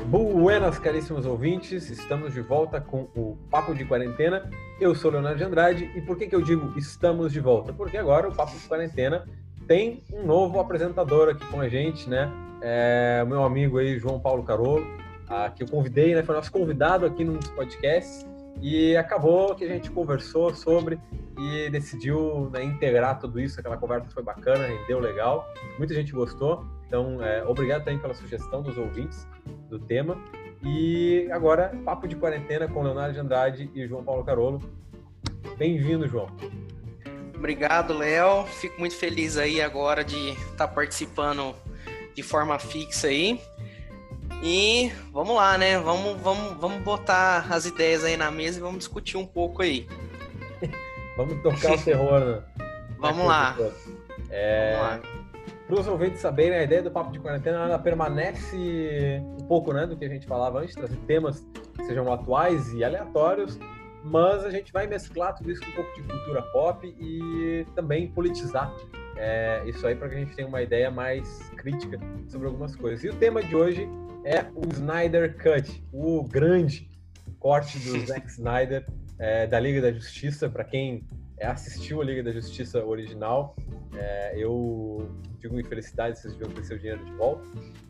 Buenas, caríssimos ouvintes, estamos de volta com o Papo de Quarentena. Eu sou Leonardo de Andrade e por que eu digo estamos de volta? Porque agora o Papo de Quarentena tem um novo apresentador aqui com a gente, né? O meu amigo aí, João Paulo Carolo, que eu convidei, né? Foi nosso convidado aqui num dos podcasts e acabou que a gente conversou sobre e decidiu, né, integrar tudo isso. Aquela conversa foi bacana, rendeu legal, muita gente gostou. Então, obrigado também pela sugestão dos ouvintes do tema. E agora, Papo de Quarentena com Leonardo de Andrade e João Paulo Carolo. Bem-vindo, João. Obrigado, Léo. Fico muito feliz aí agora de estar participando de forma fixa aí. E vamos lá, né? Vamos botar as ideias aí na mesa e vamos discutir um pouco aí. Vamos tocar o terror, né? Vamos lá. Vamos lá. Para os ouvintes saberem, a ideia do Papo de Quarentena ela permanece um pouco, né, do que a gente falava antes, trazer temas que sejam atuais e aleatórios, mas a gente vai mesclar tudo isso com um pouco de cultura pop e também politizar isso aí para que a gente tenha uma ideia mais crítica sobre algumas coisas. E o tema de hoje é o Snyder Cut, o grande corte do Zack Snyder da Liga da Justiça. Para quem assistiu a Liga da Justiça original, eu digo infelicidade, vocês deviam ter seu dinheiro de volta.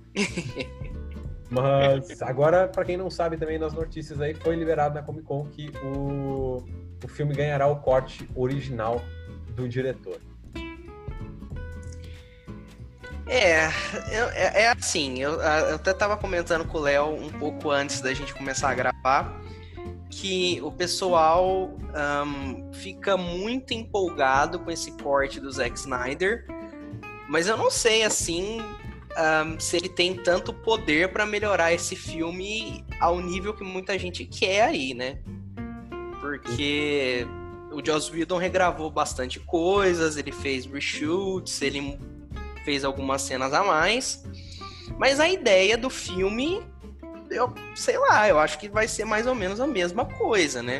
Mas agora, para quem não sabe também, nas notícias aí, foi liberado na Comic Con que o filme ganhará o corte original do diretor. Assim, eu até estava comentando com o Léo um pouco antes da gente começar a gravar, que o pessoal fica muito empolgado com esse corte do Zack Snyder, mas eu não sei, assim, se ele tem tanto poder para melhorar esse filme ao nível que muita gente quer aí, né? Porque o Joss Whedon regravou bastante coisas, ele fez reshoots, ele fez algumas cenas a mais, mas a ideia do filme, eu acho que vai ser mais ou menos a mesma coisa, né?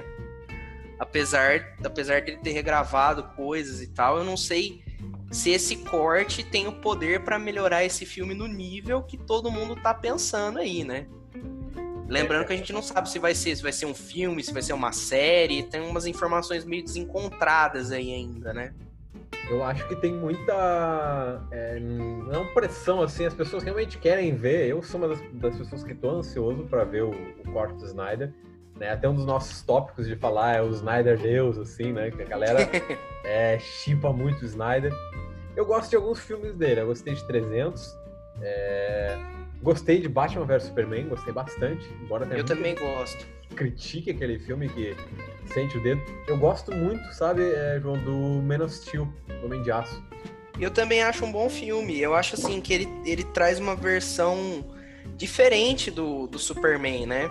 Apesar de ele ter regravado coisas e tal, eu não sei se esse corte tem o poder para melhorar esse filme no nível que todo mundo tá pensando aí, né? Lembrando que a gente não sabe se vai ser um filme, se vai ser uma série, tem umas informações meio desencontradas aí ainda, né? Eu acho que tem muita não pressão, assim, as pessoas realmente querem ver. Eu sou uma das pessoas que estou ansioso para ver o corte do Snyder, né? Até um dos nossos tópicos de falar é o Snyder Deus, assim, né? Que a galera shippa muito o Snyder. Eu gosto de alguns filmes dele, eu gostei de 300, gostei de Batman vs Superman, gostei bastante, embora tenha eu também gosto. Critique aquele filme que sente o dedo. Eu gosto muito, sabe, João, do Man of Steel, do Homem de Aço. Eu também acho um bom filme. Eu acho, assim, que ele traz uma versão diferente do Superman, né?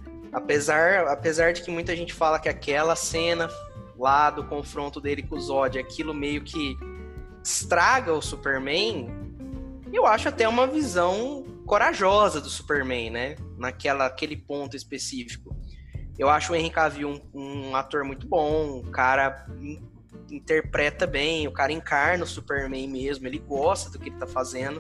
Apesar de que muita gente fala que aquela cena lá do confronto dele com o Zod, aquilo meio que estraga o Superman, eu acho até uma visão corajosa do Superman, né? Naquele ponto específico. Eu acho o Henry Cavill um ator muito bom, o cara interpreta bem, o cara encarna o Superman mesmo, ele gosta do que ele tá fazendo.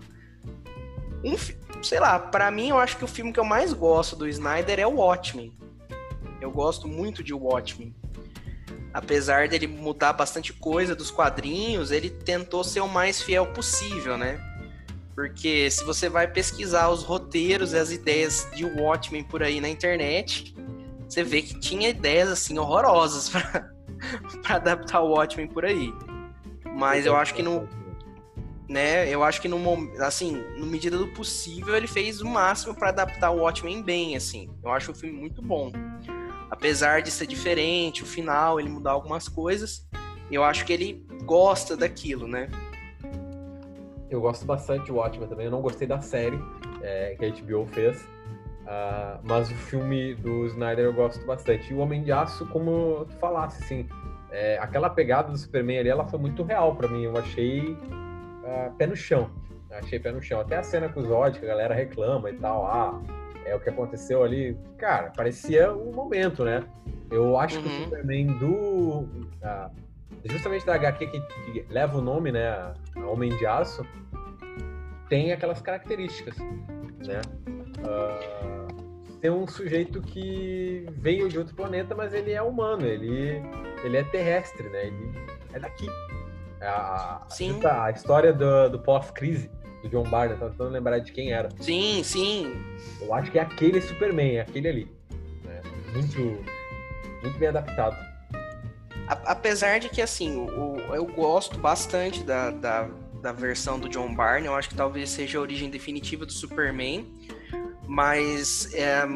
Pra mim, eu acho que o filme que eu mais gosto do Snyder é o Watchmen. Eu gosto muito de Watchmen. Apesar dele mudar bastante coisa dos quadrinhos, ele tentou ser o mais fiel possível, né? Porque se você vai pesquisar os roteiros e as ideias de Watchmen por aí na internet, você vê que tinha ideias, assim, horrorosas pra adaptar o Watchmen por aí. Mas eu acho que no medida do possível, ele fez o máximo pra adaptar o Watchmen bem, assim. Eu acho o filme muito bom. Apesar de ser diferente, o final, ele mudar algumas coisas, eu acho que ele gosta daquilo, né? Eu gosto bastante de Watchmen também. Eu não gostei da série que a HBO fez, mas o filme do Snyder eu gosto bastante. E o Homem de Aço, como tu falasse, assim, aquela pegada do Superman ali, ela foi muito real pra mim. Eu achei pé no chão. Achei pé no chão. Até a cena com o Zod, que a galera reclama e tal. O que aconteceu ali, cara, parecia um momento, né? Eu acho que o Superman justamente da HQ que leva o nome, né, a Homem de Aço, tem aquelas características, né? ser um sujeito que veio de outro planeta, mas ele é humano, ele é terrestre, né? Ele é daqui. Sim. A história do pós-crise, do John Barnes, tô tentando lembrar de quem era. Sim, sim. Eu acho que é aquele Superman, é aquele ali. Né? Muito, muito bem adaptado. Apesar de que, assim, eu gosto bastante da versão do John Byrne, eu acho que talvez seja a origem definitiva do Superman, mas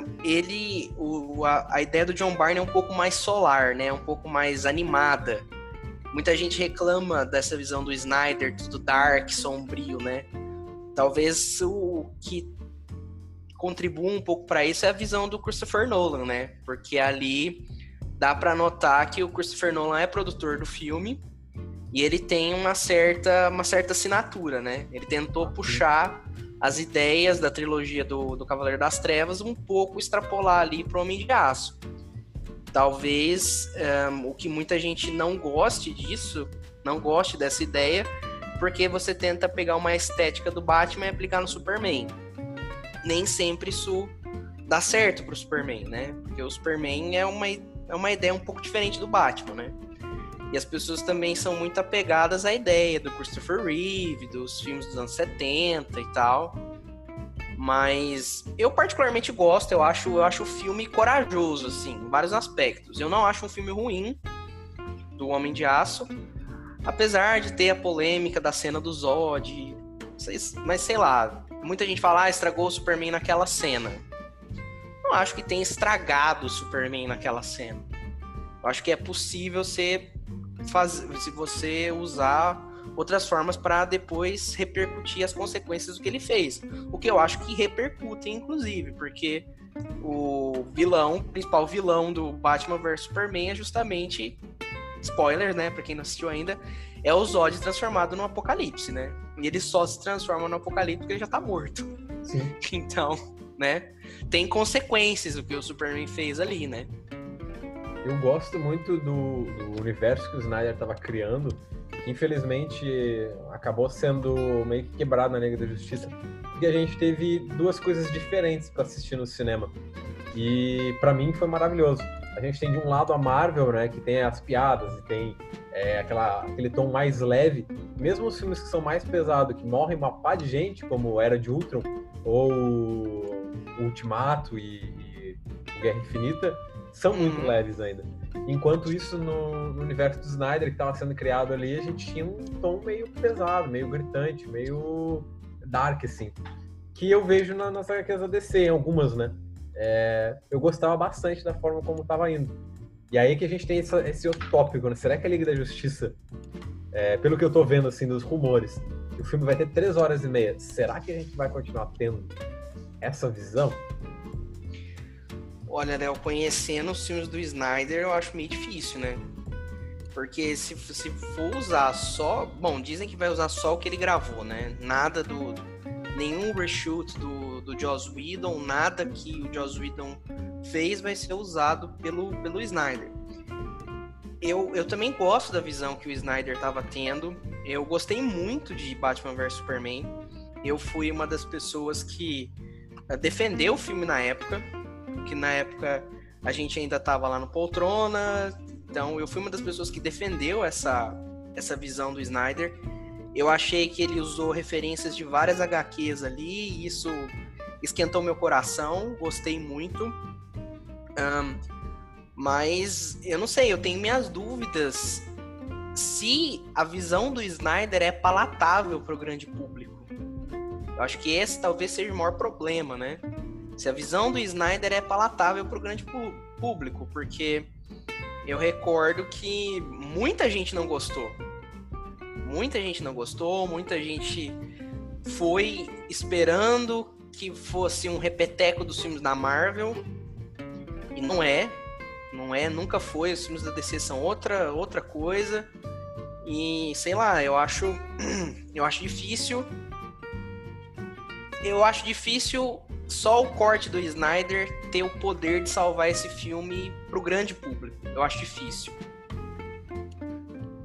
a ideia do John Byrne é um pouco mais solar, né? Um pouco mais animada. Muita gente reclama dessa visão do Snyder, tudo dark, sombrio, né? Talvez o que contribua um pouco para isso é a visão do Christopher Nolan, né? Porque ali dá para notar que o Christopher Nolan é produtor do filme e ele tem uma certa assinatura, né? Ele tentou puxar as ideias da trilogia do Cavaleiro das Trevas um pouco, extrapolar ali para o Homem de Aço. Talvez o que muita gente não goste disso, não goste dessa ideia, porque você tenta pegar uma estética do Batman e aplicar no Superman. Nem sempre isso dá certo pro Superman, né? Porque o Superman é uma ideia um pouco diferente do Batman, né? E as pessoas também são muito apegadas à ideia do Christopher Reeve, dos filmes dos anos 70 e tal. Mas eu particularmente gosto, eu acho o filme corajoso, assim, em vários aspectos. Eu não acho um filme ruim do Homem de Aço, apesar de ter a polêmica da cena do Zod, mas sei lá, muita gente fala, estragou o Superman naquela cena. Não acho que tenha estragado o Superman naquela cena. Eu acho que é possível se você usar outras formas para depois repercutir as consequências do que ele fez. O que eu acho que repercute, inclusive, porque o principal vilão do Batman vs Superman é justamente, spoiler, né, pra quem não assistiu ainda, é o Zod transformado no Apocalipse, né? E ele só se transforma no Apocalipse porque ele já tá morto. Sim. Então, né, tem consequências o que o Superman fez ali, né? Eu gosto muito do universo que o Snyder estava criando, que infelizmente acabou sendo meio que quebrado na Liga da Justiça, porque a gente teve duas coisas diferentes para assistir no cinema. E para mim foi maravilhoso. A gente tem de um lado a Marvel, né, que tem as piadas e tem aquele tom mais leve. Mesmo os filmes que são mais pesados, que morrem uma pá de gente, como Era de Ultron ou Ultimato e Guerra Infinita, são muito leves ainda. Enquanto isso, no universo do Snyder, que estava sendo criado ali, a gente tinha um tom meio pesado, meio gritante, meio dark, assim. Que eu vejo nas HQs da DC, em algumas, né? Eu gostava bastante da forma como estava indo. E aí que a gente tem esse outro tópico, né? Será que a Liga da Justiça, pelo que eu tô vendo, assim, dos rumores, o filme vai ter 3 horas e meia, será que a gente vai continuar tendo essa visão? Olha, Léo, conhecendo os filmes do Snyder, eu acho meio difícil, né? Porque se for usar só... Bom, dizem que vai usar só o que ele gravou, né? Nada nenhum reshoot do Joss Whedon, nada que o Joss Whedon fez vai ser usado pelo Snyder. Eu também gosto da visão que o Snyder estava tendo. Eu gostei muito de Batman vs Superman. Eu fui uma das pessoas que defendeu o filme na época, que na época a gente ainda estava lá no Poltrona, então eu fui uma das pessoas que defendeu essa visão do Snyder. Eu achei que ele usou referências de várias HQs ali, e isso esquentou meu coração, gostei muito. Mas eu não sei, eu tenho minhas dúvidas se a visão do Snyder é palatável para o grande público. Eu acho que esse talvez seja o maior problema, né? Se a visão do Snyder é palatável para o grande público, porque eu recordo que muita gente não gostou. Muita gente não gostou, muita gente foi esperando que fosse um repeteco dos filmes da Marvel, e não é, nunca foi. Os filmes da DC são outra coisa, e sei lá, eu acho difícil só o corte do Snyder ter o poder de salvar esse filme pro grande público. Eu acho difícil.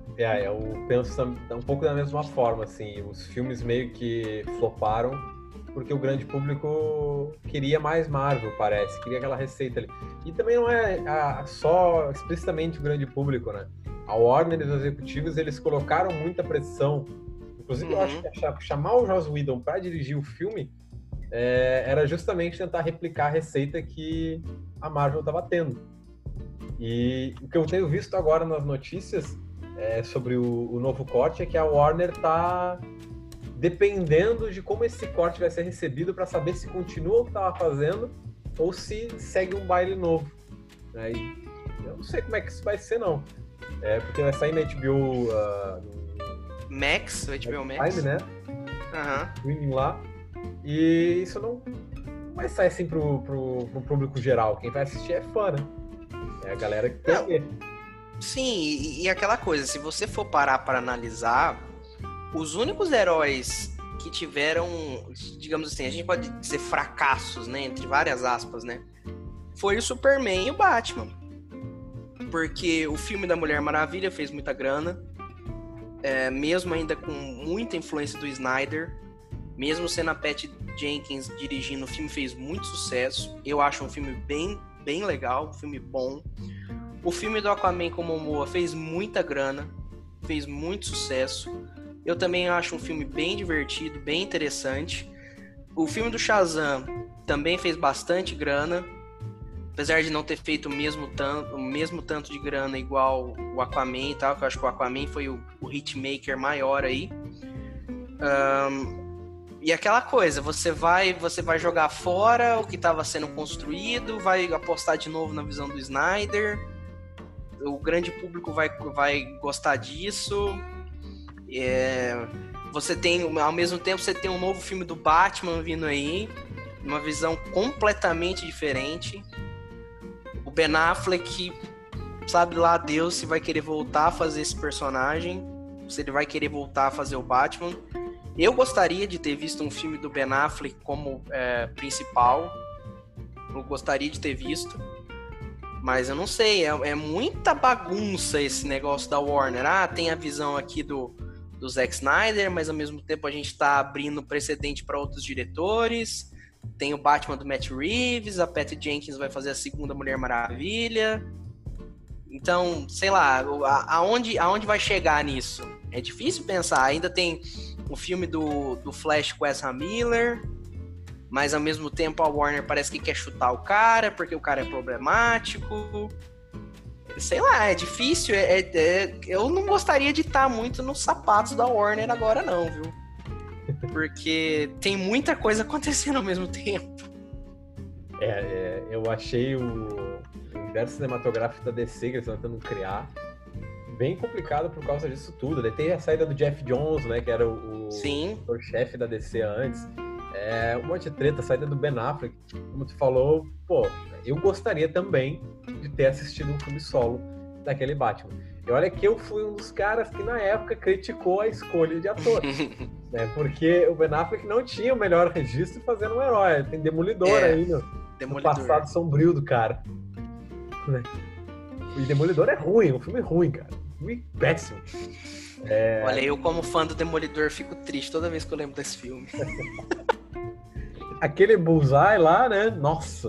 Eu penso um pouco da mesma forma, assim, os filmes meio que floparam porque o grande público queria mais Marvel, parece, queria aquela receita ali. E também não é só explicitamente o grande público, né? A Warner e os executivos, eles colocaram muita pressão. Inclusive, eu acho que chamar o Joss Whedon para dirigir o filme era justamente tentar replicar a receita que a Marvel estava tendo. E o que eu tenho visto agora nas notícias sobre o novo corte é que a Warner está dependendo de como esse corte vai ser recebido para saber se continua o que estava fazendo ou se segue um baile novo. E eu não sei como é que isso vai ser, não. Porque vai sair na HBO... Max, HBO Max. Time, né? Streaming lá. E isso não vai sair assim pro público geral. Quem vai assistir é fã, né? É a galera que quer ver. Sim, e aquela coisa, se você for parar para analisar, os únicos heróis que tiveram, digamos assim, a gente pode dizer fracassos, né? Entre várias aspas, né? Foi o Superman e o Batman. Porque o filme da Mulher Maravilha fez muita grana, mesmo ainda com muita influência do Snyder, mesmo sendo a Patty Jenkins dirigindo, o filme fez muito sucesso. Eu acho um filme bem, bem legal, um filme bom. O filme do Aquaman com Momoa fez muita grana, fez muito sucesso. Eu também acho um filme bem divertido, bem interessante. O filme do Shazam também fez bastante grana, apesar de não ter feito o mesmo tanto de grana igual o Aquaman e tal, que eu acho que o Aquaman foi o hitmaker maior aí. E aquela coisa, você vai jogar fora o que estava sendo construído, vai apostar de novo na visão do Snyder, o grande público vai gostar disso. Você tem, ao mesmo tempo, você tem um novo filme do Batman vindo aí, uma visão completamente diferente. O Ben Affleck, sabe lá Deus se vai querer voltar a fazer esse personagem, se ele vai querer voltar a fazer o Batman. Eu gostaria de ter visto um filme do Ben Affleck como principal. Eu gostaria de ter visto. Mas eu não sei, é muita bagunça esse negócio da Warner. Tem a visão aqui do Zack Snyder, mas ao mesmo tempo a gente tá abrindo precedente para outros diretores. Tem o Batman do Matt Reeves, a Patty Jenkins vai fazer a segunda Mulher Maravilha. Então, sei lá, aonde vai chegar nisso? É difícil pensar. Ainda tem o filme do Flash com Ezra Miller, mas ao mesmo tempo a Warner parece que quer chutar o cara, porque o cara é problemático. Sei lá, é difícil. Eu não gostaria de estar muito nos sapatos da Warner agora não, viu? Porque tem muita coisa acontecendo ao mesmo tempo. Eu achei o universo cinematográfico da DC que eles estão tentando criar bem complicado por causa disso tudo. Daí tem a saída do Jeff Jones, né, que era o chefe da DC antes. Um monte de treta, a saída do Ben Affleck. Como tu falou, eu gostaria também de ter assistido um filme solo daquele Batman. E olha que eu fui um dos caras que na época criticou a escolha de ator. Né, porque o Ben Affleck não tinha o melhor registro fazendo um herói. Tem Demolidor aí no passado sombrio do cara. E Demolidor é ruim, um filme ruim, cara. Um filme péssimo. Olha, eu como fã do Demolidor fico triste toda vez que eu lembro desse filme. Aquele Bullseye lá, né? Nossa.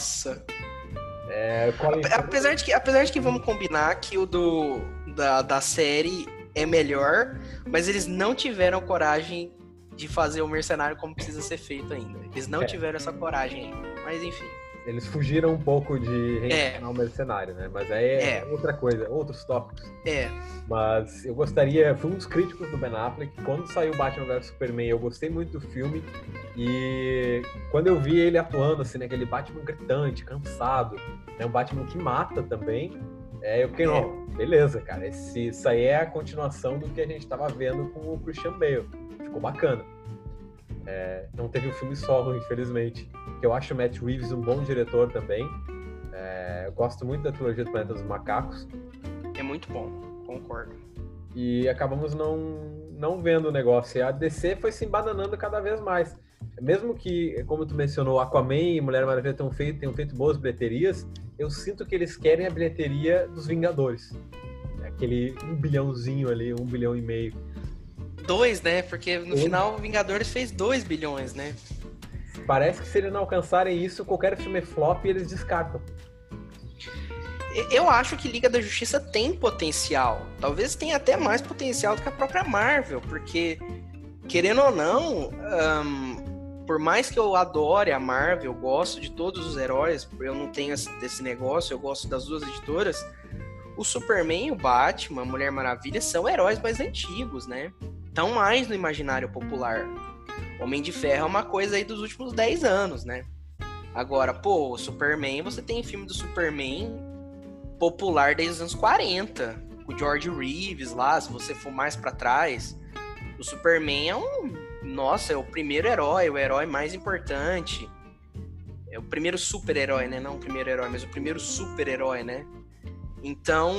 Apesar de que vamos combinar que o da série é melhor, mas eles não tiveram coragem de fazer o mercenário como precisa ser feito ainda. Eles não tiveram essa coragem ainda. Mas enfim. Eles fugiram um pouco de reencarnar o mercenário, né? Mas aí é outra coisa, outros tópicos. Mas eu gostaria, fui um dos críticos do Ben Affleck. Quando saiu Batman vs Superman, eu gostei muito do filme. E quando eu vi ele atuando, assim, né? Aquele Batman gritante, cansado, né? Um Batman que mata também. Eu fiquei, beleza, cara. Isso aí é a continuação do que a gente tava vendo com o Christian Bale. Ficou bacana. Não teve o filme solo, infelizmente. Que eu acho o Matt Reeves um bom diretor também. Eu gosto muito da trilogia do Planeta dos Macacos. É muito bom, concordo. E acabamos não vendo o negócio. E a DC foi se embananando cada vez mais. Mesmo que, como tu mencionou, Aquaman e Mulher Maravilha tenham feito boas bilheterias, eu sinto que eles querem a bilheteria dos Vingadores. Aquele 1 bilhãozinho ali, 1,5 bilhão. 2, né? Porque no final o Vingadores fez 2 bilhões, né? parece que se eles não alcançarem isso, qualquer filme é flop e eles descartam. Eu acho que Liga da Justiça tem potencial. Talvez tenha até mais potencial do que a própria Marvel, porque, querendo ou não, por mais que eu adore a Marvel, eu gosto de todos os heróis, eu não tenho desse negócio, eu gosto das duas editoras, o Superman, o Batman, a Mulher Maravilha são heróis mais antigos, né? Estão mais no imaginário popular. Homem de Ferro é uma coisa aí dos últimos 10 anos, né? Agora, pô, o Superman, você tem filme do Superman popular desde os anos 40, o George Reeves lá, se você for mais pra trás. O Superman é o primeiro herói, o herói mais importante. É o primeiro super-herói, né? Não o primeiro herói, mas o primeiro super-herói, né? Então,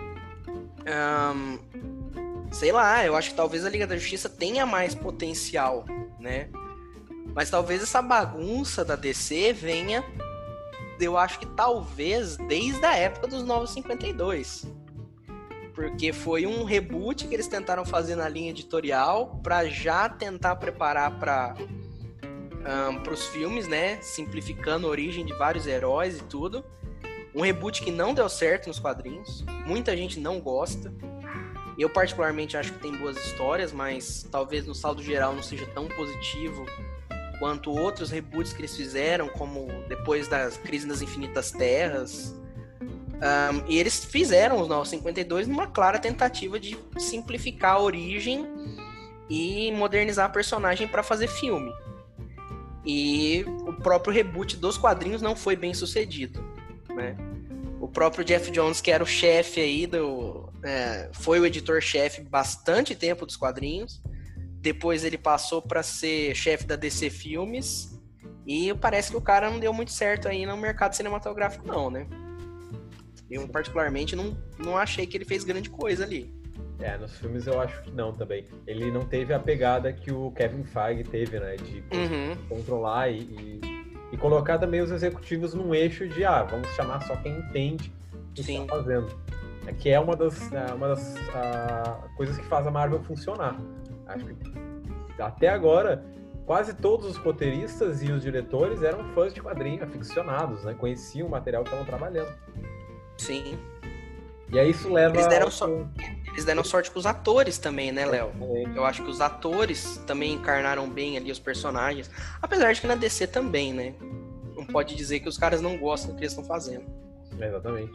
sei lá, eu acho que talvez a Liga da Justiça tenha mais potencial, né? Mas talvez essa bagunça da DC venha, eu acho que talvez desde a época dos Novos 52. Porque foi um reboot que eles tentaram fazer na linha editorial para já tentar preparar para os filmes, né? Simplificando a origem de vários heróis e tudo. Um reboot que não deu certo nos quadrinhos. Muita gente não gosta. Eu particularmente acho que tem boas histórias, mas talvez no saldo geral não seja tão positivo quanto outros reboots que eles fizeram, como depois da Crise nas Infinitas Terras. E eles fizeram os Novos 52 numa clara tentativa de simplificar a origem e modernizar a personagem para fazer filme. E o próprio reboot dos quadrinhos não foi bem sucedido, né? O próprio Jeff Jones, que era o chefe aí foi o editor-chefe bastante tempo dos quadrinhos. Depois ele passou para ser chefe da DC Filmes. E parece que o cara não deu muito certo aí no mercado cinematográfico, não, né? Eu, particularmente, não achei que ele fez grande coisa ali. Nos filmes eu acho que não também. Ele não teve a pegada que o Kevin Feige teve, né? De controlar e colocar também os executivos num eixo de, vamos chamar só quem entende o que está fazendo. Que é uma das coisas que faz a Marvel funcionar. Acho que até agora, quase todos os roteiristas e os diretores eram fãs de quadrinhos, aficionados, né? Conheciam o material que estavam trabalhando. Sim. E aí isso leva... Eles deram sorte com os atores também, né, Léo? Eu acho que os atores também encarnaram bem ali os personagens. Apesar de que na DC também, né? Não pode dizer que os caras não gostam do que eles estão fazendo. Exatamente.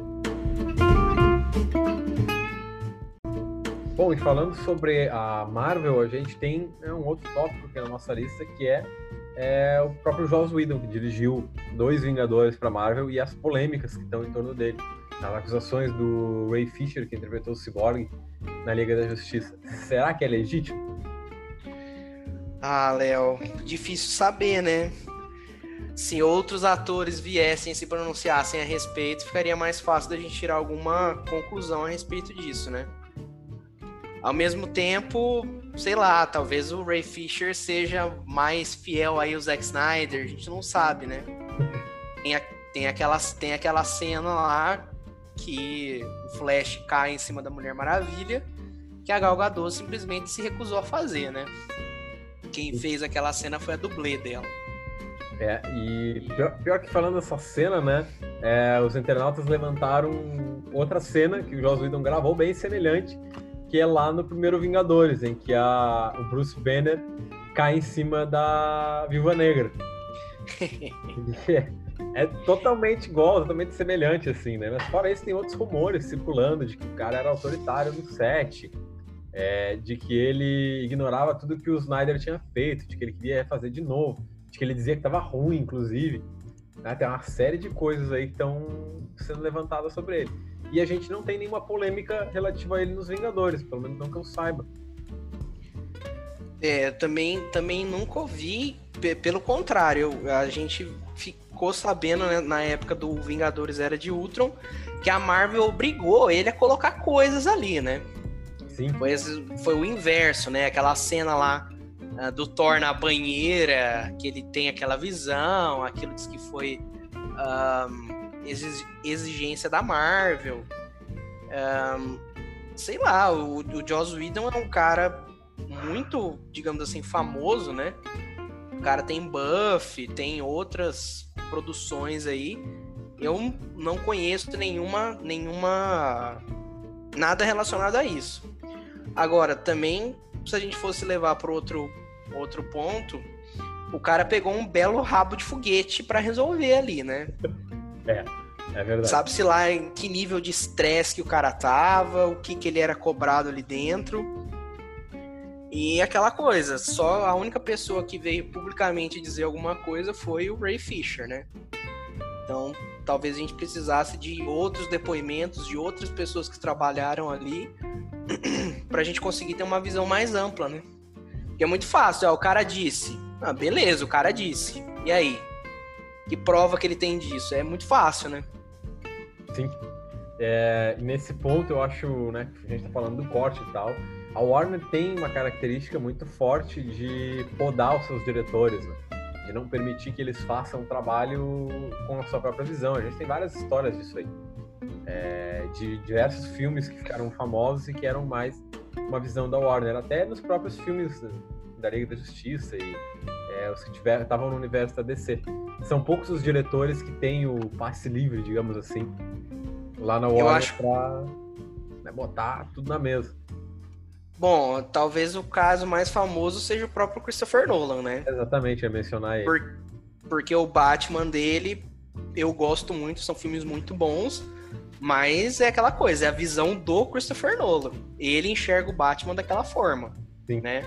Bom, e falando sobre a Marvel, a gente tem um outro tópico aqui na nossa lista, que é o próprio Joss Whedon, que dirigiu 2 Vingadores para Marvel, e as polêmicas que estão em torno dele. As acusações do Ray Fisher, que interpretou o Cyborg na Liga da Justiça. Será que é legítimo? Léo, difícil saber, né? Se outros atores viessem e se pronunciassem a respeito, ficaria mais fácil da gente tirar alguma conclusão a respeito disso, né? Ao mesmo tempo, sei lá, talvez o Ray Fisher seja mais fiel aí ao Zack Snyder, a gente não sabe, né? Tem aquela cena lá que o Flash cai em cima da Mulher Maravilha, que a Gal Gadot simplesmente se recusou a fazer, né? Quem fez aquela cena foi a dublê dela. E pior que falando dessa cena, né? Os internautas levantaram outra cena que o Joss Whedon gravou bem semelhante, que é lá no primeiro Vingadores, em que o Bruce Banner cai em cima da Viúva Negra. É totalmente igual, totalmente semelhante, assim, né? Mas fora isso, tem outros rumores circulando de que o cara era autoritário no set, de que ele ignorava tudo que o Snyder tinha feito, de que ele queria fazer de novo, de que ele dizia que estava ruim, inclusive. Né? Tem uma série de coisas aí que estão sendo levantadas sobre ele. E a gente não tem nenhuma polêmica relativa a ele nos Vingadores, pelo menos não que eu saiba. Também nunca ouvi, pelo contrário, a gente ficou sabendo, né, na época do Vingadores Era de Ultron, que a Marvel obrigou ele a colocar coisas ali, né? Sim. Foi o inverso, né? Aquela cena lá do Thor na banheira, que ele tem aquela visão, aquilo diz que foi exigência da Marvel. Sei lá, o Joss Whedon é um cara muito, digamos assim, famoso, né? O cara tem Buffy, tem outras produções aí. Eu não conheço nada relacionado a isso. Agora, também, se a gente fosse levar para outro ponto, o cara pegou um belo rabo de foguete para resolver ali, né? É verdade. Sabe-se lá em que nível de estresse que o cara tava, o que ele era cobrado ali dentro. E aquela coisa, só a única pessoa que veio publicamente dizer alguma coisa foi o Ray Fisher, né? Então, talvez a gente precisasse de outros depoimentos, de outras pessoas que trabalharam ali, pra gente conseguir ter uma visão mais ampla, né? Porque é muito fácil, o cara disse. Ah, beleza, o cara disse. E aí? Que prova que ele tem disso? É muito fácil, né? Sim. Nesse ponto, eu acho, né, que a gente tá falando do corte e tal, a Warner tem uma característica muito forte de podar os seus diretores, né? De não permitir que eles façam um trabalho com a sua própria visão. A gente tem várias histórias disso aí. De diversos filmes que ficaram famosos e que eram mais uma visão da Warner. Até nos próprios filmes da Liga da Justiça e os que estavam no universo da DC. São poucos os diretores que têm o passe livre, digamos assim, lá na Warner pra, né, botar tudo na mesa. Bom, talvez o caso mais famoso seja o próprio Christopher Nolan, né? Exatamente, ia mencionar ele. Porque o Batman dele, eu gosto muito, são filmes muito bons, mas é aquela coisa, é a visão do Christopher Nolan. Ele enxerga o Batman daquela forma, Sim. Né?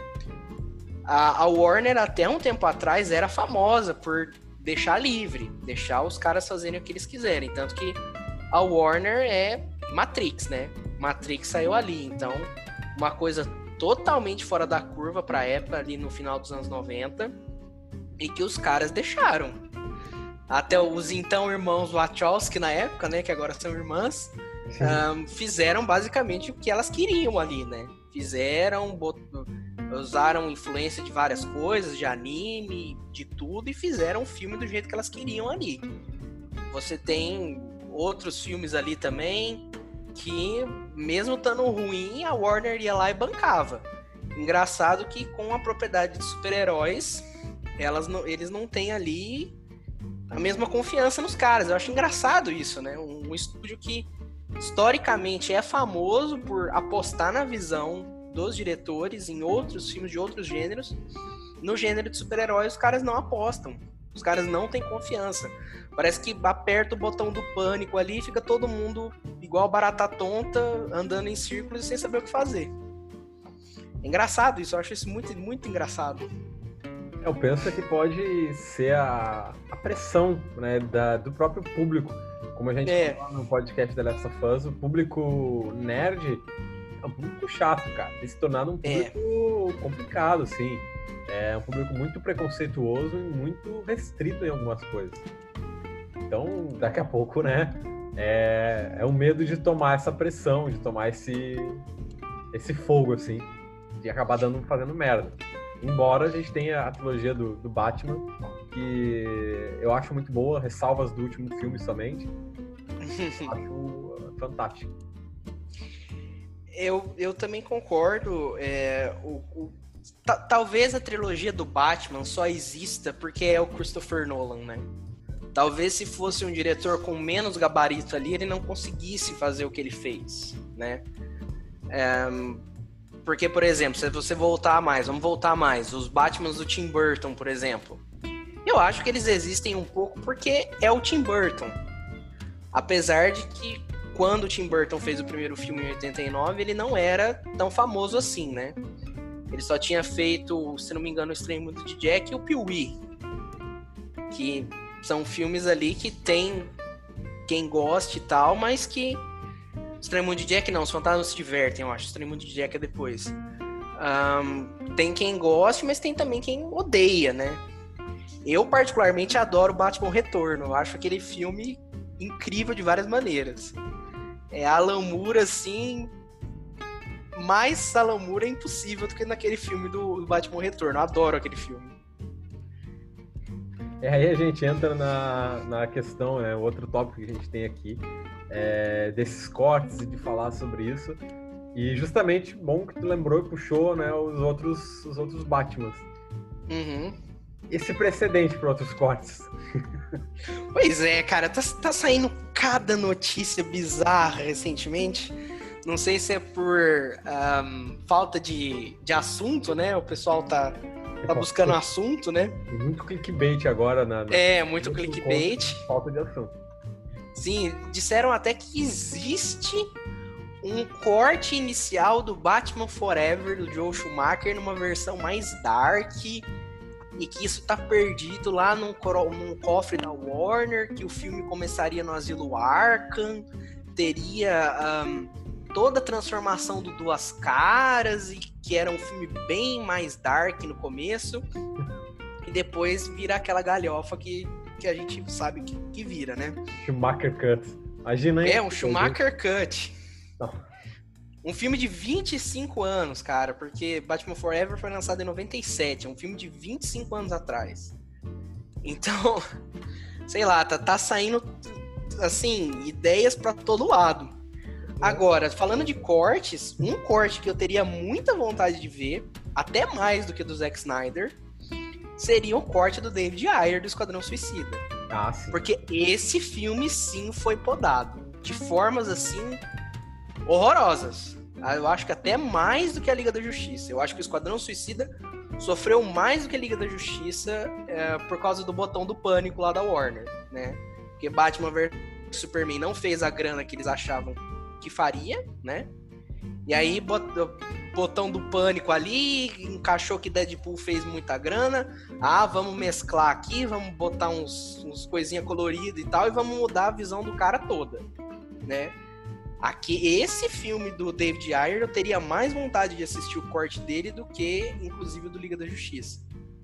A Warner, até um tempo atrás, era famosa por deixar livre, deixar os caras fazerem o que eles quiserem. Tanto que a Warner é Matrix, né? Matrix saiu ali, então uma coisa totalmente fora da curva pra época, ali no final dos anos 90, e que os caras deixaram. Até os então irmãos Wachowski na época, né, que agora são irmãs, fizeram basicamente o que elas queriam ali, né? Usaram influência de várias coisas, de anime, de tudo, e fizeram o filme do jeito que elas queriam ali. Você tem outros filmes ali também, que mesmo estando ruim, a Warner ia lá e bancava. Engraçado que com a propriedade de super-heróis, eles não têm ali a mesma confiança nos caras. Eu acho engraçado isso, né? Um estúdio que historicamente é famoso por apostar na visão dos diretores em outros filmes de outros gêneros. No gênero de super-heróis, os caras não apostam. Os caras não têm confiança. Parece que aperta o botão do pânico ali e fica todo mundo igual barata tonta, andando em círculos sem saber o que fazer. É engraçado isso, eu acho isso muito, muito engraçado. Eu penso que pode ser a pressão, né, do próprio público. Como a gente falou no podcast da Last of Us, o público nerd é um público chato, cara. Tem se tornado um público complicado, assim. É um público muito preconceituoso e muito restrito em algumas coisas. Então, daqui a pouco, né, é um medo de tomar essa pressão, de tomar esse fogo, assim, de acabar fazendo merda. Embora a gente tenha a trilogia do Batman, que eu acho muito boa, ressalvas do último filme somente. Acho fantástico. Eu também concordo. Talvez a trilogia do Batman só exista porque é o Christopher Nolan, né? Talvez se fosse um diretor com menos gabarito ali, ele não conseguisse fazer o que ele fez, né? Porque, por exemplo, se você vamos voltar mais, os Batmans do Tim Burton, por exemplo. Eu acho que eles existem um pouco porque é o Tim Burton. Apesar de que quando o Tim Burton fez o primeiro filme em 89, ele não era tão famoso assim, né? Ele só tinha feito, se não me engano, O Estranho Mundo de Jack e o Pee-wee, que são filmes ali que tem quem goste e tal, mas que... O Estranho Mundo de Jack não, Os Fantasmas se Divertem, eu acho. O Estranho Mundo de Jack é depois. Tem quem goste, mas tem também quem odeia, né? Eu, particularmente, adoro Batman Retorno. Eu acho aquele filme incrível de várias maneiras. Alan Moore, assim... Mais Alan Moore é impossível do que naquele filme do Batman Retorno. Eu adoro aquele filme. Aí a gente entra na questão, né, outro tópico que a gente tem aqui, desses cortes e de falar sobre isso. E justamente, bom que tu lembrou e puxou, né, os outros Batmans. Uhum. esse precedente para outros cortes. Pois é, cara, tá saindo cada notícia bizarra recentemente. Não sei se é por falta de assunto, né? O pessoal tá buscando assunto, né? Tem muito clickbait agora. Muito clickbait. Falta de assunto. Sim, disseram até que existe um corte inicial do Batman Forever, do Joel Schumacher, numa versão mais dark, e que isso tá perdido lá num cofre da Warner, que o filme começaria no Asilo Arkham, teria toda a transformação do Duas Caras, e que era um filme bem mais dark no começo, e depois vira aquela galhofa que a gente sabe que vira, né? Schumacher Cut. Imagina aí. Um Schumacher Cut. Não. Um filme de 25 anos, cara, porque Batman Forever foi lançado em 97, é um filme de 25 anos atrás. Então, sei lá, tá saindo, assim, ideias pra todo lado. Agora, falando de cortes, um corte que eu teria muita vontade de ver, até mais do que do Zack Snyder, seria o corte do David Ayer do Esquadrão Suicida. Ah, sim. Porque esse filme, sim, foi podado. De formas, assim, horrorosas. Eu acho que até mais do que a Liga da Justiça. Eu acho que o Esquadrão Suicida sofreu mais do que a Liga da Justiça por causa do botão do pânico lá da Warner, né? Porque Batman vs Superman não fez a grana que eles achavam que faria, né? E aí, botão do pânico ali, encaixou que Deadpool fez muita grana. Vamos mesclar aqui, vamos botar uns coisinha coloridas e tal, e vamos mudar a visão do cara toda, né? Aqui, esse filme do David Ayer, eu teria mais vontade de assistir o corte dele do que, inclusive, o do Liga da Justiça.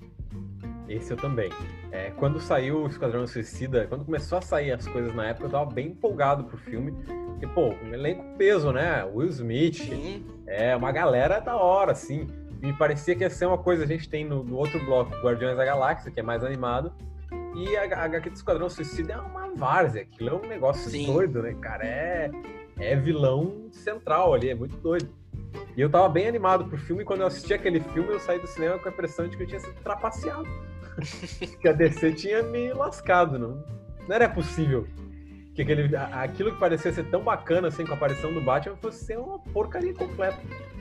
Esse eu também. Quando saiu o Esquadrão Suicida, quando começou a sair as coisas na época, eu tava bem empolgado pro filme. Porque, um elenco peso, né? Will Smith. Sim. Uma galera da hora, assim. Me parecia que ia ser uma coisa, a gente tem no outro bloco, Guardiões da Galáxia, que é mais animado. E a HQ do Esquadrão Suicida é uma várzea. Aquilo é um negócio doido, né, cara? É vilão central ali, é muito doido. E eu tava bem animado pro filme, e quando eu assisti aquele filme, eu saí do cinema com a impressão de que eu tinha sido trapaceado. Que a DC tinha me lascado, não era possível que aquilo que parecia ser tão bacana, assim, com a aparição do Batman, fosse ser uma porcaria completa.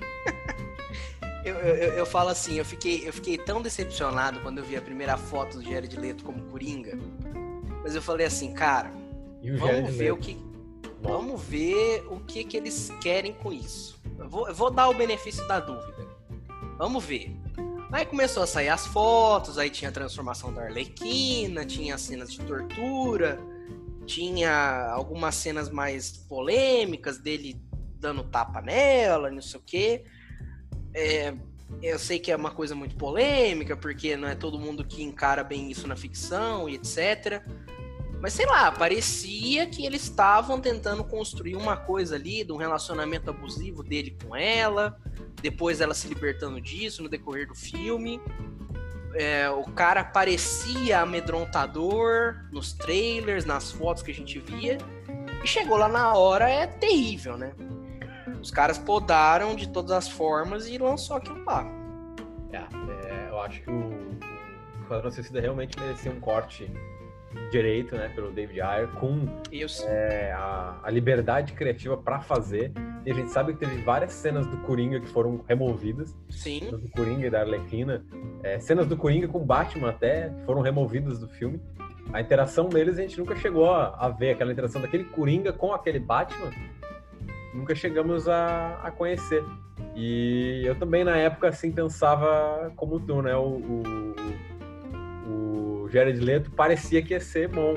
Eu falo assim, eu fiquei tão decepcionado quando eu vi a primeira foto do Jared Leto como Coringa, mas eu falei assim, cara, vamos ver o que eles querem com isso. Eu vou dar o benefício da dúvida. Vamos ver. Aí começou a sair as fotos, aí tinha a transformação da Arlequina, tinha cenas de tortura, tinha algumas cenas mais polêmicas dele dando tapa nela, não sei o quê. Eu sei que é uma coisa muito polêmica, porque não é todo mundo que encara bem isso na ficção e etc. Mas sei lá, parecia que eles estavam tentando construir uma coisa ali, de um relacionamento abusivo dele com ela, depois ela se libertando disso no decorrer do filme. O cara parecia amedrontador nos trailers, nas fotos que a gente via, e chegou lá na hora, é terrível, né? Os caras podaram de todas as formas e lançou aquilo lá. Eu acho que o Esquadrão Suicida realmente merecia um corte direito, né, pelo David Ayer, com a liberdade criativa para fazer. E a gente sabe que teve várias cenas do Coringa que foram removidas. Sim. Cenas do Coringa e da Arlequina. Cenas do Coringa com Batman até foram removidas do filme. A interação deles a gente nunca chegou a ver, aquela interação daquele Coringa com aquele Batman. Nunca chegamos a conhecer. E eu também, na época, assim, pensava como tu, né? O Jared Leto parecia que ia ser bom.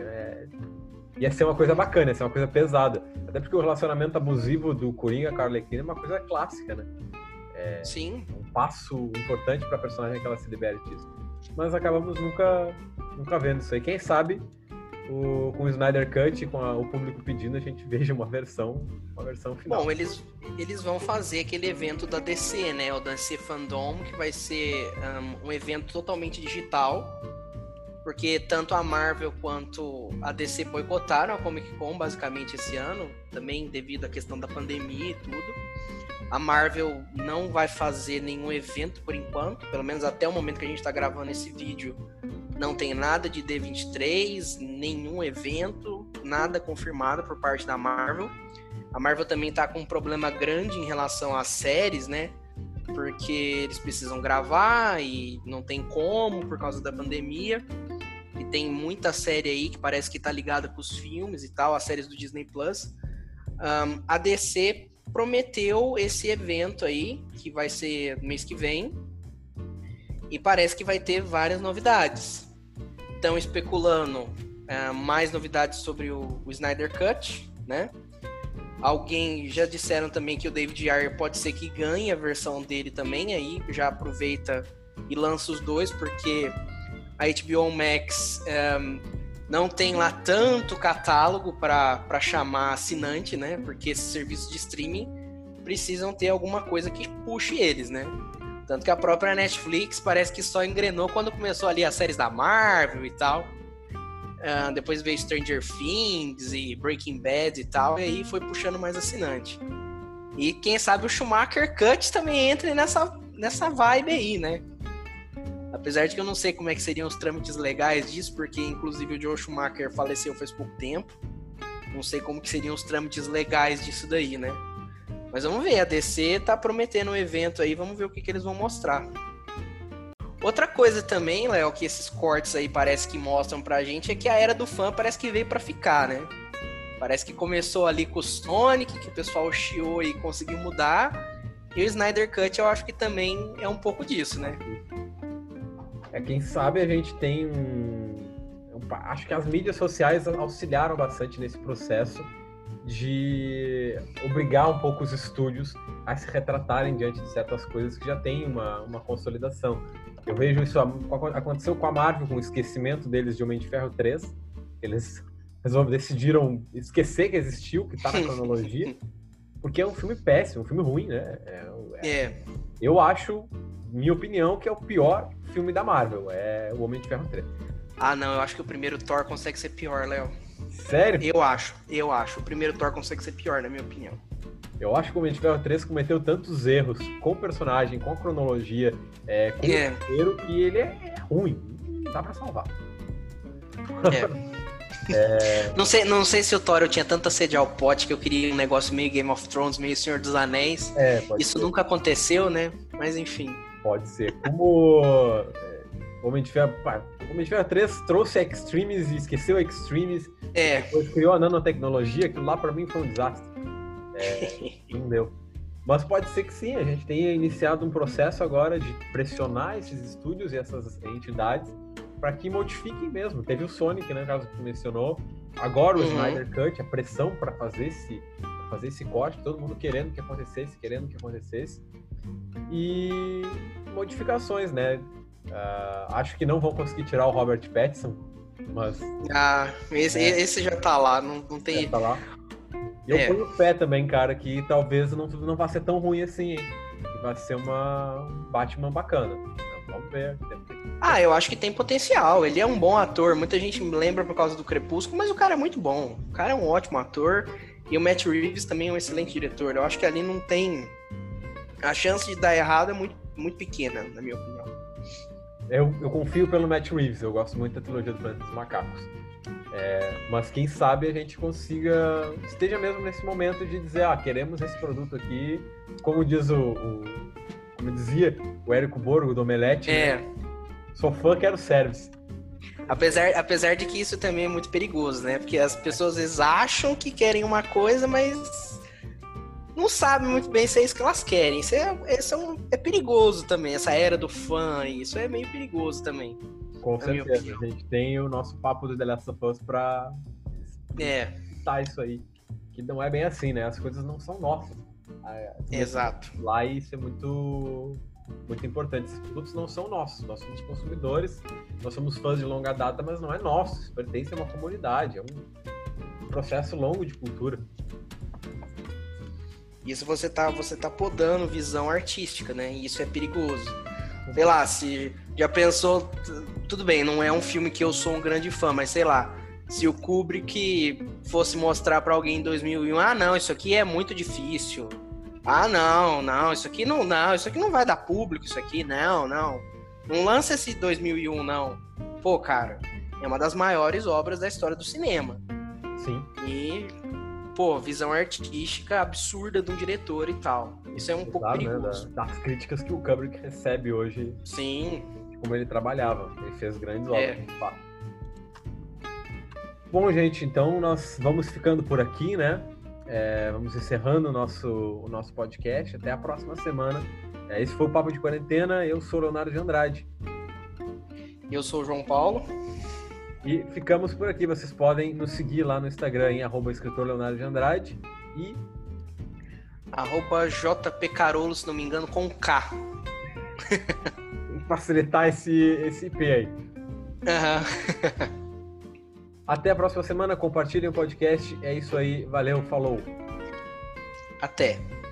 Ia ser uma coisa bacana, ia ser uma coisa pesada. Até porque o relacionamento abusivo do Coringa com a Arlequina é uma coisa clássica, né? Sim. Um passo importante pra personagem que ela se libere disso. Mas acabamos nunca vendo isso aí. Quem sabe, com o Snyder Cut, com o público pedindo, a gente veja uma versão final. Bom, eles vão fazer aquele evento da DC, né? O DC Fandom, que vai ser um evento totalmente digital, porque tanto a Marvel quanto a DC boicotaram a Comic Con basicamente esse ano, também devido à questão da pandemia e tudo. A Marvel não vai fazer nenhum evento por enquanto, pelo menos até o momento que a gente está gravando esse vídeo. Não tem nada de D23, nenhum evento, nada confirmado por parte da Marvel. A Marvel também está com um problema grande em relação às séries, né? Porque eles precisam gravar e não tem como por causa da pandemia. E tem muita série aí que parece que tá ligada com os filmes e tal, as séries do Disney Plus. A DC prometeu esse evento aí, que vai ser no mês que vem, e parece que vai ter várias novidades. Estão especulando mais novidades sobre o Snyder Cut, né? Alguém já disseram também que o David Ayer pode ser que ganhe a versão dele também, aí já aproveita e lança os dois, porque a HBO Max não tem lá tanto catálogo para chamar assinante, né? Porque esses serviços de streaming precisam ter alguma coisa que puxe eles, né? Tanto que a própria Netflix parece que só engrenou quando começou ali as séries da Marvel e tal. Depois veio Stranger Things e Breaking Bad e tal, e aí foi puxando mais assinante. E quem sabe o Schumacher Cut também entra nessa vibe aí, né? Apesar de que eu não sei como é que seriam os trâmites legais disso, porque inclusive o Joel Schumacher faleceu faz pouco tempo. Não sei como que seriam os trâmites legais disso daí, né? Mas vamos ver, a DC tá prometendo um evento aí, vamos ver o que eles vão mostrar. Outra coisa também, Léo, que esses cortes aí parece que mostram pra gente, é que a era do fã parece que veio pra ficar, né? Parece que começou ali com o Sonic, que o pessoal chiou e conseguiu mudar. E o Snyder Cut eu acho que também é um pouco disso, né? Quem sabe a gente tem acho que as mídias sociais auxiliaram bastante nesse processo de obrigar um pouco os estúdios a se retratarem diante de certas coisas que já tem uma consolidação. Eu vejo isso aconteceu com a Marvel, com o esquecimento deles de Homem de Ferro 3. Eles decidiram esquecer que existiu, que tá na cronologia, porque é um filme péssimo, um filme ruim, né? Eu acho, minha opinião, que é o pior filme da Marvel, é o Homem de Ferro 3. Ah, não, eu acho que o primeiro Thor consegue ser pior, Léo. Sério? Eu acho. O primeiro Thor consegue ser pior, na minha opinião. Eu acho que o Homem de Ferro 3 cometeu tantos erros com o personagem, com a cronologia, com o roteiro, que ele é ruim. Não dá pra salvar. Não sei se o Thor eu tinha tanta sede ao pote que eu queria um negócio meio Game of Thrones, meio Senhor dos Anéis. Isso nunca aconteceu, né? Mas enfim. Pode ser. Como o Homem de Ferro 3 trouxe Extremes e esqueceu Extremes. Depois criou a nanotecnologia, aquilo lá pra mim foi um desastre. Não deu. Mas pode ser que sim, a gente tenha iniciado um processo agora de pressionar esses estúdios e essas entidades para que modifiquem mesmo. Teve o Sonic, né, caso que tu mencionou. Agora o Snyder Cut, a pressão para fazer esse corte, todo mundo querendo que acontecesse. E modificações, né? Acho que não vão conseguir tirar o Robert Pattinson, mas... Esse já tá lá, não tem... Já tá lá. E eu ponho fé também, cara, que talvez não vá ser tão ruim assim, hein? Que vai ser um Batman bacana. Vamos ver. Eu acho que tem potencial. Ele é um bom ator. Muita gente me lembra por causa do Crepúsculo, mas o cara é muito bom. O cara é um ótimo ator. E o Matt Reeves também é um excelente diretor. Eu acho que ali não tem... A chance de dar errado é muito, muito pequena, na minha opinião. Eu confio pelo Matt Reeves. Eu gosto muito da trilogia do Planeta dos Macacos. Mas quem sabe a gente esteja mesmo nesse momento de dizer, queremos esse produto aqui, como dizia o Érico Borgo do Omelete, né? Sou fã, quero service. Apesar de que isso também é muito perigoso, né? Porque as pessoas às vezes acham que querem uma coisa, mas não sabem muito bem se é isso que elas querem. Isso é perigoso também, essa era do fã, isso é meio perigoso também. Com certeza, a gente tem o nosso papo do The Last of Us pra citar isso aí. Que não é bem assim, né? As coisas não são nossas. Exato. Lá isso é muito, muito importante. Esses produtos não são nossos. Nós somos consumidores, nós somos fãs de longa data, mas não é nosso. Isso pertence a uma comunidade. É um processo longo de cultura. Isso você tá podando visão artística, né? E isso é perigoso. Sei lá, se já pensou... Tudo bem, não é um filme que eu sou um grande fã, mas sei lá, se o Kubrick fosse mostrar pra alguém em 2001, não, isso aqui é muito difícil, Ah, não, isso aqui não vai dar público, isso aqui, não. Não lança esse 2001, não. Pô, cara, é uma das maiores obras da história do cinema. Sim. E, pô, visão artística absurda de um diretor e tal. Isso é um pouco perigoso. Né, das críticas que o Kubrick recebe hoje. Sim. De como ele trabalhava. Ele fez grandes obras, de fato. Bom, gente, então nós vamos ficando por aqui, né? Vamos encerrando o nosso podcast. Até a próxima semana. Esse foi o Papo de Quarentena. Eu sou o Leonardo de Andrade. Eu sou o João Paulo. E ficamos por aqui. Vocês podem nos seguir lá no Instagram em @escritor Leonardo de Andrade e @JPCarolo, se não me engano, com K. Tem que facilitar esse IP aí. Até a próxima semana. Compartilhem o podcast. É isso aí. Valeu, falou. Até.